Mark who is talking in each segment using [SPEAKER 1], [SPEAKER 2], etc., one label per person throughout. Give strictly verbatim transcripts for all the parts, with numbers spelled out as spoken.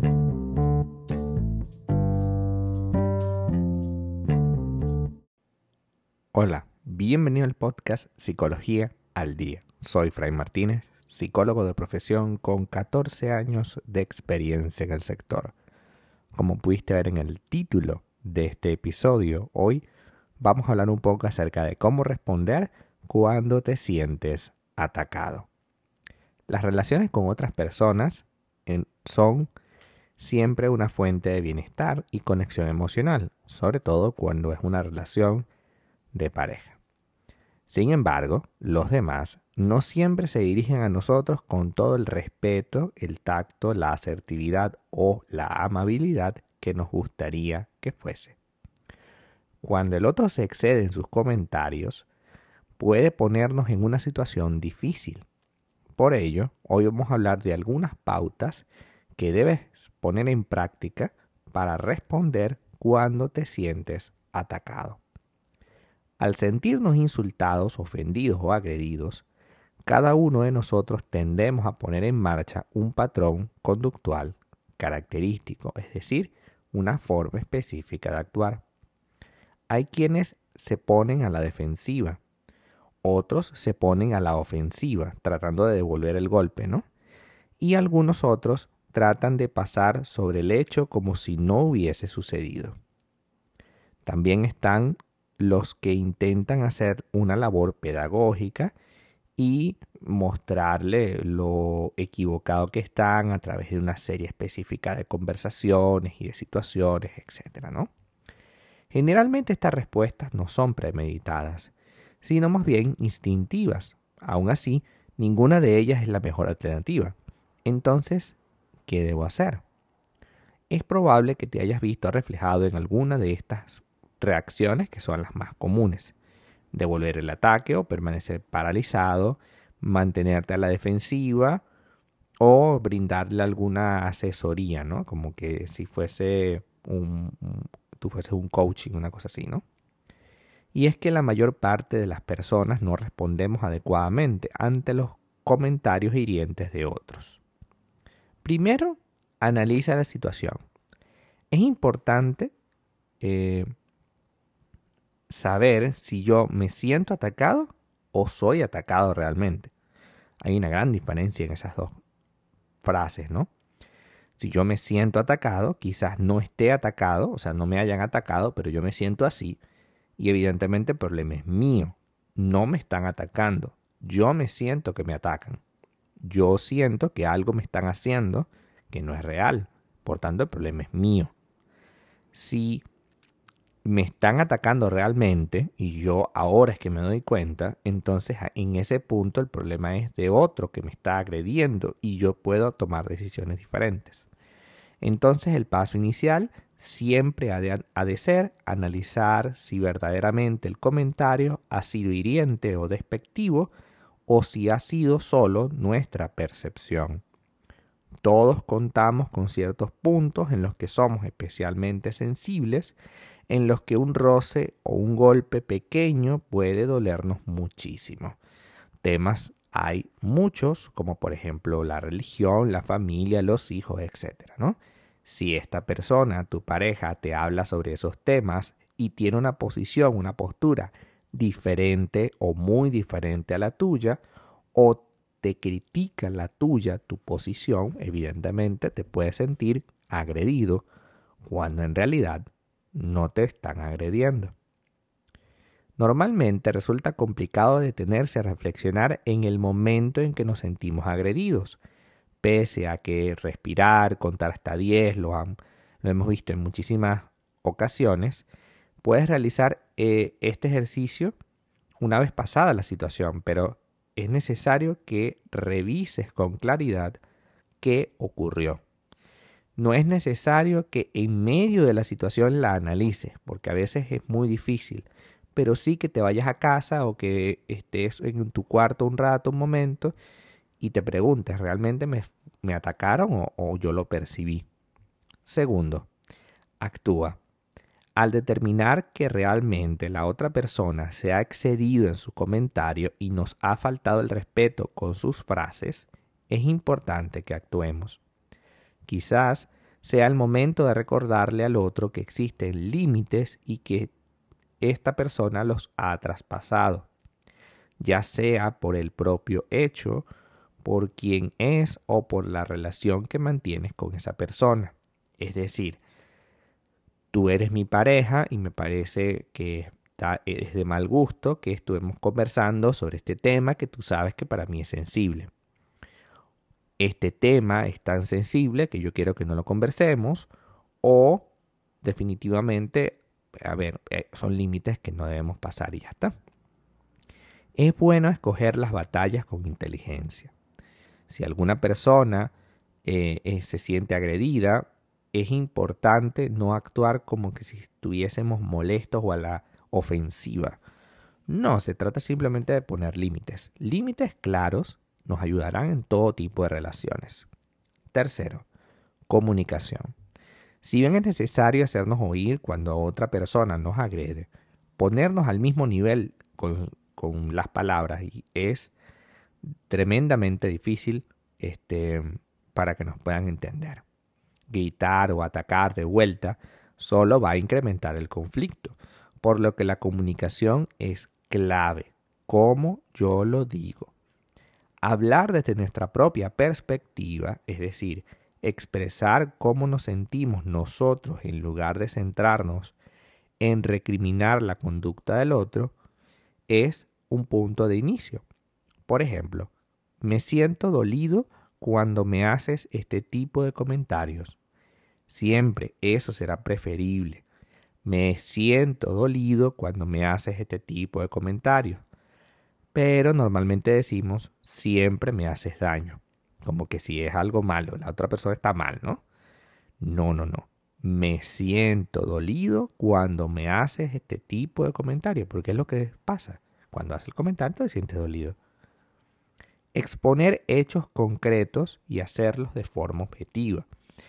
[SPEAKER 1] Hola, bienvenido al podcast Psicología al Día. Soy Fray Martínez, psicólogo de profesión con catorce años de experiencia en el sector. Como pudiste ver en el título de este episodio, hoy vamos a hablar un poco acerca de cómo responder cuando te sientes atacado. Las relaciones con otras personas en, son siempre una fuente de bienestar y conexión emocional, sobre todo cuando es una relación de pareja. Sin embargo, los demás no siempre se dirigen a nosotros con todo el respeto, el tacto, la asertividad o la amabilidad que nos gustaría que fuese. Cuando el otro se excede en sus comentarios, puede ponernos en una situación difícil. Por ello, hoy vamos a hablar de algunas pautas que debes poner en práctica para responder cuando te sientes atacado. Al sentirnos insultados, ofendidos o agredidos, cada uno de nosotros tendemos a poner en marcha un patrón conductual característico, es decir, una forma específica de actuar. Hay quienes se ponen a la defensiva, otros se ponen a la ofensiva, tratando de devolver el golpe, ¿no? Y algunos otros tratan de pasar sobre el hecho como si no hubiese sucedido. También están los que intentan hacer una labor pedagógica y mostrarle lo equivocado que están a través de una serie específica de conversaciones y de situaciones, etcétera, ¿no? Generalmente estas respuestas no son premeditadas, sino más bien instintivas. Aún así, ninguna de ellas es la mejor alternativa. Entonces, ¿qué debo hacer? Es probable que te hayas visto reflejado en alguna de estas reacciones que son las más comunes: devolver el ataque o permanecer paralizado, mantenerte a la defensiva o brindarle alguna asesoría, ¿no? Como que si fuese un, un tú fueses un coaching, una cosa así, ¿no? Y es que la mayor parte de las personas no respondemos adecuadamente ante los comentarios hirientes de otros. Primero, analiza la situación. Es importante eh, saber si yo me siento atacado o soy atacado realmente. Hay una gran diferencia en esas dos frases, ¿no? Si yo me siento atacado, quizás no esté atacado, o sea, no me hayan atacado, pero yo me siento así. Y evidentemente el problema es mío. No me están atacando. Yo me siento que me atacan. Yo siento que algo me están haciendo que no es real. Por tanto, el problema es mío. Si me están atacando realmente y yo ahora es que me doy cuenta, entonces en ese punto el problema es de otro que me está agrediendo y yo puedo tomar decisiones diferentes. Entonces el paso inicial siempre ha de, ha de ser analizar si verdaderamente el comentario ha sido hiriente o despectivo o si ha sido solo nuestra percepción. Todos contamos con ciertos puntos en los que somos especialmente sensibles, en los que un roce o un golpe pequeño puede dolernos muchísimo. Temas hay muchos, como por ejemplo la religión, la familia, los hijos, etcétera, ¿no? Si esta persona, tu pareja, te habla sobre esos temas y tiene una posición, una postura diferente o muy diferente a la tuya, o te critica la tuya, tu posición, evidentemente te puedes sentir agredido cuando en realidad no te están agrediendo. Normalmente resulta complicado detenerse a reflexionar en el momento en que nos sentimos agredidos, pese a que respirar, contar hasta diez, lo, han, lo hemos visto en muchísimas ocasiones. Puedes realizar eh, este ejercicio una vez pasada la situación, pero es necesario que revises con claridad qué ocurrió. No es necesario que en medio de la situación la analices, porque a veces es muy difícil, pero sí que te vayas a casa o que estés en tu cuarto un rato, un momento, y te preguntes, ¿realmente me, me atacaron o, o yo lo percibí? Segundo, actúa. Al determinar que realmente la otra persona se ha excedido en su comentario y nos ha faltado el respeto con sus frases, es importante que actuemos. Quizás sea el momento de recordarle al otro que existen límites y que esta persona los ha traspasado, ya sea por el propio hecho, por quien es o por la relación que mantienes con esa persona. Es decir, tú eres mi pareja y me parece que es de mal gusto que estuvimos conversando sobre este tema que tú sabes que para mí es sensible. Este tema es tan sensible que yo quiero que no lo conversemos, o definitivamente, a ver, son límites que no debemos pasar y ya está. Es bueno escoger las batallas con inteligencia. Si alguna persona eh, eh, se siente agredida, es importante no actuar como que si estuviésemos molestos o a la ofensiva. No, se trata simplemente de poner límites. Límites claros nos ayudarán en todo tipo de relaciones. Tercero, comunicación. Si bien es necesario hacernos oír cuando otra persona nos agrede, ponernos al mismo nivel con, con las palabras y es tremendamente difícil este, para que nos puedan entender. Gritar o atacar de vuelta solo va a incrementar el conflicto, por lo que la comunicación es clave, como yo lo digo. Hablar desde nuestra propia perspectiva, es decir, expresar cómo nos sentimos nosotros en lugar de centrarnos en recriminar la conducta del otro, es un punto de inicio. Por ejemplo, me siento dolido cuando me haces este tipo de comentarios. Siempre eso será preferible. Me siento dolido cuando me haces este tipo de comentarios. Pero normalmente decimos, siempre me haces daño. Como que si es algo malo, la otra persona está mal, ¿no? No, no, no. Me siento dolido cuando me haces este tipo de comentarios. Porque es lo que pasa. Cuando haces el comentario te sientes dolido. Exponer hechos concretos y hacerlos de forma objetiva,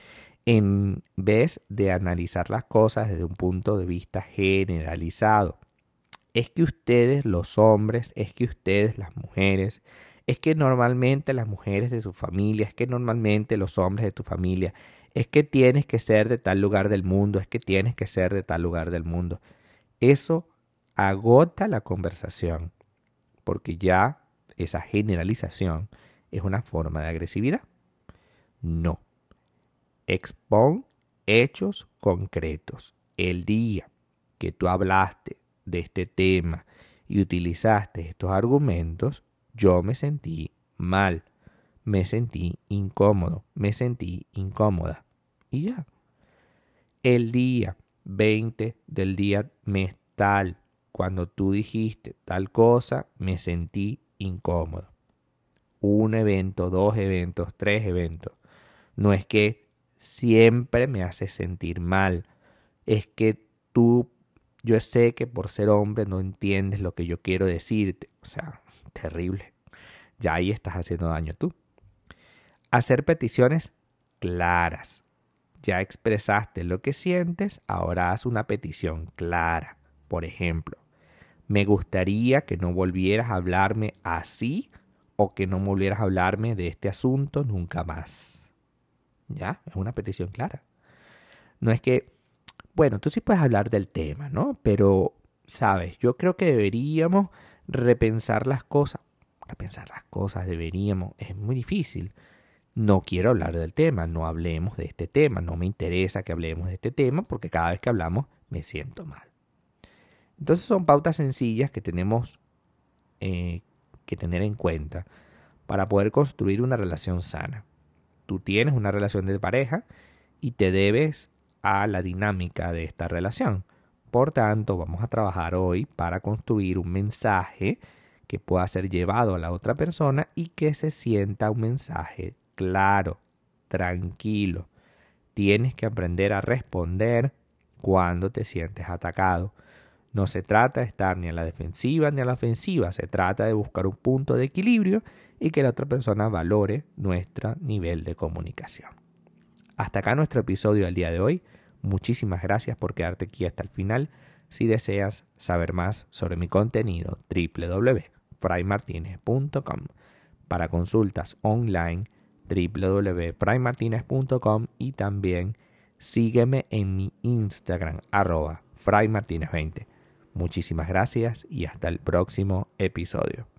[SPEAKER 1] en vez de analizar las cosas desde un punto de vista generalizado. Es que ustedes, los hombres, es que ustedes, las mujeres, es que normalmente las mujeres de tu familia, es que normalmente los hombres de tu familia, es que tienes que ser de tal lugar del mundo, es que tienes que ser de tal lugar del mundo. Eso agota la conversación, porque ya esa generalización es una forma de agresividad. No. Expon hechos concretos. El día que tú hablaste de este tema y utilizaste estos argumentos, yo me sentí mal, me sentí incómodo, me sentí incómoda. Y ya. El día veinte del día mes tal, cuando tú dijiste tal cosa, me sentí incómodo. Un evento, dos eventos, tres eventos. No es que siempre me haces sentir mal. Es que tú, yo sé que por ser hombre no entiendes lo que yo quiero decirte. O sea, terrible. Ya ahí estás haciendo daño tú. Hacer peticiones claras. Ya expresaste lo que sientes, ahora haz una petición clara. Por ejemplo, me gustaría que no volvieras a hablarme así o que no volvieras a hablarme de este asunto nunca más. Ya, es una petición clara. No es que, bueno, tú sí puedes hablar del tema, ¿no? Pero, sabes, yo creo que deberíamos repensar las cosas. Repensar las cosas, deberíamos. Es muy difícil. No quiero hablar del tema, no hablemos de este tema. No me interesa que hablemos de este tema porque cada vez que hablamos me siento mal. Entonces son pautas sencillas que tenemos eh, que tener en cuenta para poder construir una relación sana. Tú tienes una relación de pareja y te debes a la dinámica de esta relación. Por tanto, vamos a trabajar hoy para construir un mensaje que pueda ser llevado a la otra persona y que se sienta un mensaje claro, tranquilo. Tienes que aprender a responder cuando te sientes atacado. No se trata de estar ni a la defensiva ni a la ofensiva, se trata de buscar un punto de equilibrio y que la otra persona valore nuestro nivel de comunicación. Hasta acá nuestro episodio del día de hoy. Muchísimas gracias por quedarte aquí hasta el final. Si deseas saber más sobre mi contenido, doble u doble u doble u punto fray martinez punto com. Para consultas online, doble u doble u doble u punto fray martinez punto com y también sígueme en mi Instagram, arroba fraymartinez veinte. Muchísimas gracias y hasta el próximo episodio.